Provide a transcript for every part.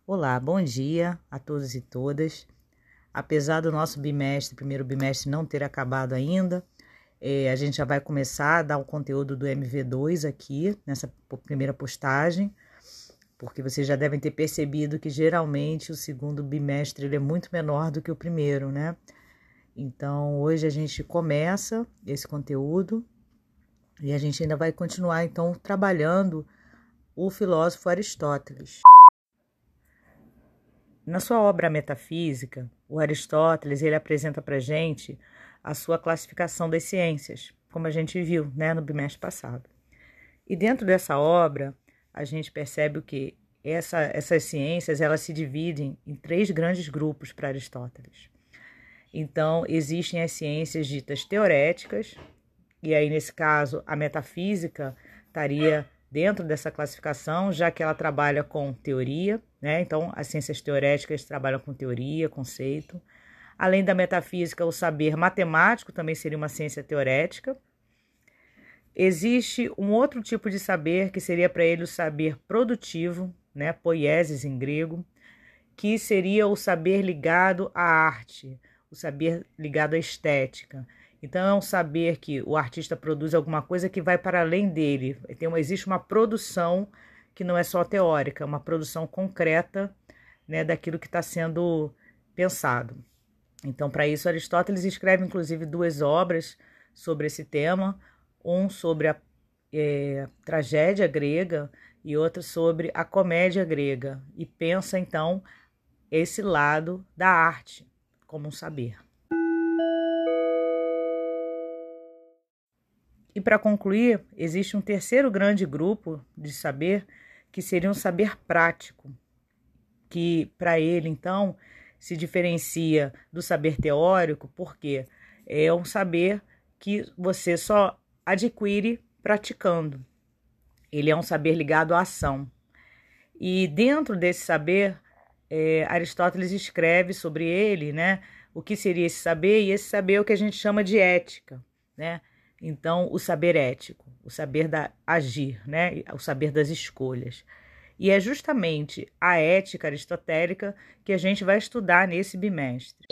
Olá, bom dia a todos e todas. Apesar do nosso primeiro bimestre não ter acabado ainda, a gente já vai começar a dar o conteúdo do MV2 aqui, nessa primeira postagem, porque vocês já devem ter percebido que geralmente o segundo bimestre ele é muito menor do que o primeiro, né? Então, hoje a gente começa esse conteúdo e a gente ainda vai continuar, então, trabalhando o filósofo Aristóteles. Na sua obra Metafísica, o Aristóteles ele apresenta para a gente a sua classificação das ciências, como a gente viu, né, no bimestre passado. E dentro dessa obra, a gente percebe o que essas ciências elas se dividem em 3 grandes grupos para Aristóteles. Então, existem as ciências ditas teoréticas, e aí, nesse caso, a metafísica estaria dentro dessa classificação, já que ela trabalha com teoria, né? Então, as ciências teoréticas trabalham com teoria, conceito. Além da metafísica, o saber matemático também seria uma ciência teorética. Existe um outro tipo de saber que seria para ele o saber produtivo, né? Poiesis em grego, que seria o saber ligado à arte, o saber ligado à estética. Então, é um saber que o artista produz alguma coisa que vai para além dele. Existe uma produção que não é só teórica, uma produção concreta, né, daquilo que está sendo pensado. Então, para isso, Aristóteles escreve, inclusive, 2 obras sobre esse tema, um sobre a tragédia grega e outra sobre a comédia grega, e pensa, então, esse lado da arte como um saber. E para concluir, existe um terceiro grande grupo de saber, que seria um saber prático, que para ele, então, se diferencia do saber teórico, porque é um saber que você só adquire praticando. Ele é um saber ligado à ação. E dentro desse saber, Aristóteles escreve sobre ele, né, o que seria esse saber, e esse saber é o que a gente chama de ética, né? Então, o saber ético, o saber da agir, né? O saber das escolhas. E é justamente a ética aristotélica que a gente vai estudar nesse bimestre.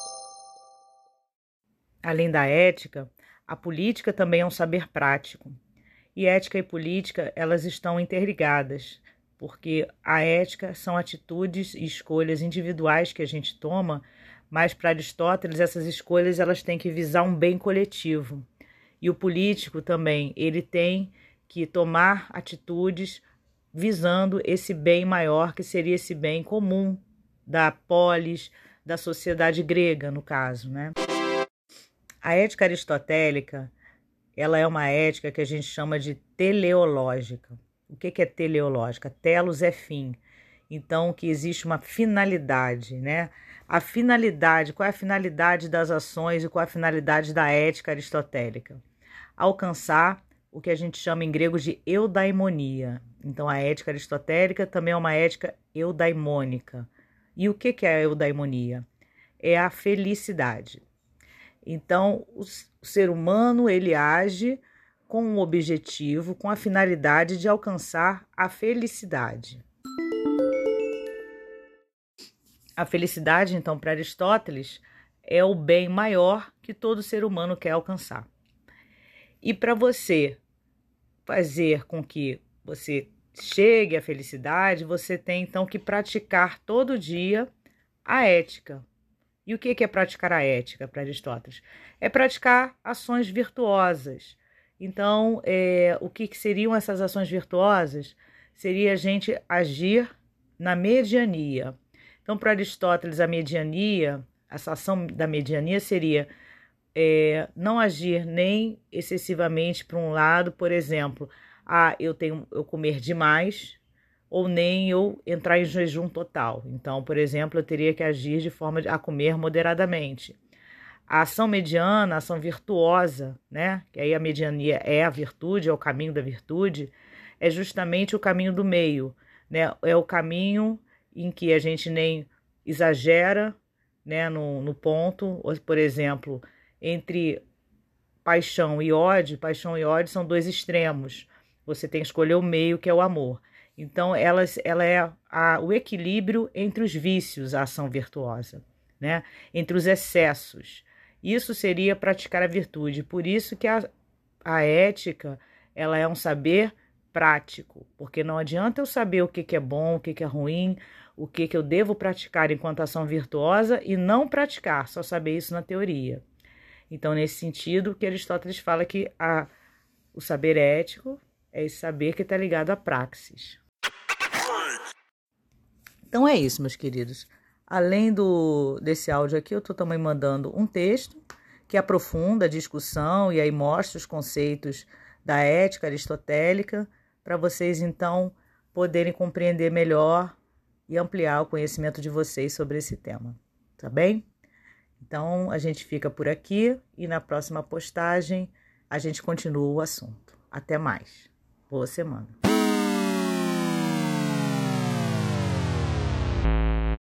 Além da ética, a política também é um saber prático. E ética e política, elas estão interligadas, porque a ética são atitudes e escolhas individuais que a gente toma, mas para Aristóteles essas escolhas elas têm que visar um bem coletivo. E o político também, ele tem que tomar atitudes visando esse bem maior, que seria esse bem comum da polis, da sociedade grega, no caso, né? A ética aristotélica, ela é uma ética que a gente chama de teleológica. O que é teleológica? Telos é fim. Então, que existe uma finalidade, né? A finalidade, qual é a finalidade das ações e qual é a finalidade da ética aristotélica? Alcançar o que a gente chama em grego de eudaimonia. Então, a ética aristotélica também é uma ética eudaimônica. E o que é a eudaimonia? É a felicidade. Então, o ser humano, ele age com um objetivo, com a finalidade de alcançar a felicidade. A felicidade, então, para Aristóteles, é o bem maior que todo ser humano quer alcançar. E para você fazer com que você chegue à felicidade, você tem, então, que praticar todo dia a ética. E o que é praticar a ética para Aristóteles? É praticar ações virtuosas. Então, o que seriam essas ações virtuosas? Seria a gente agir na mediania. Então, para Aristóteles, a mediania, essa ação da mediania seria não agir nem excessivamente para um lado, por exemplo, eu comer demais, ou nem eu entrar em jejum total. Então, por exemplo, eu teria que agir de forma a comer moderadamente. A ação mediana, a ação virtuosa, né? Que aí a mediania é a virtude, é o caminho da virtude, é justamente o caminho do meio, né? É o caminho em que a gente nem exagera, né, no ponto, por exemplo, entre paixão e ódio são 2 extremos. Você tem que escolher o meio, que é o amor. Então, ela é o equilíbrio entre os vícios, a ação virtuosa, né? Entre os excessos. Isso seria praticar a virtude. Por isso que a ética, ela é um saber prático, porque não adianta eu saber o que é bom, o que é ruim, o que eu devo praticar enquanto ação virtuosa e não praticar, só saber isso na teoria. Então, nesse sentido, que Aristóteles fala que o saber ético é esse saber que está ligado à praxis. Então é isso, meus queridos. Além desse áudio aqui, eu estou também mandando um texto que aprofunda a discussão e aí mostra os conceitos da ética aristotélica para vocês, então, poderem compreender melhor e ampliar o conhecimento de vocês sobre esse tema, tá bem? Então, a gente fica por aqui e na próxima postagem a gente continua o assunto. Até mais. Boa semana.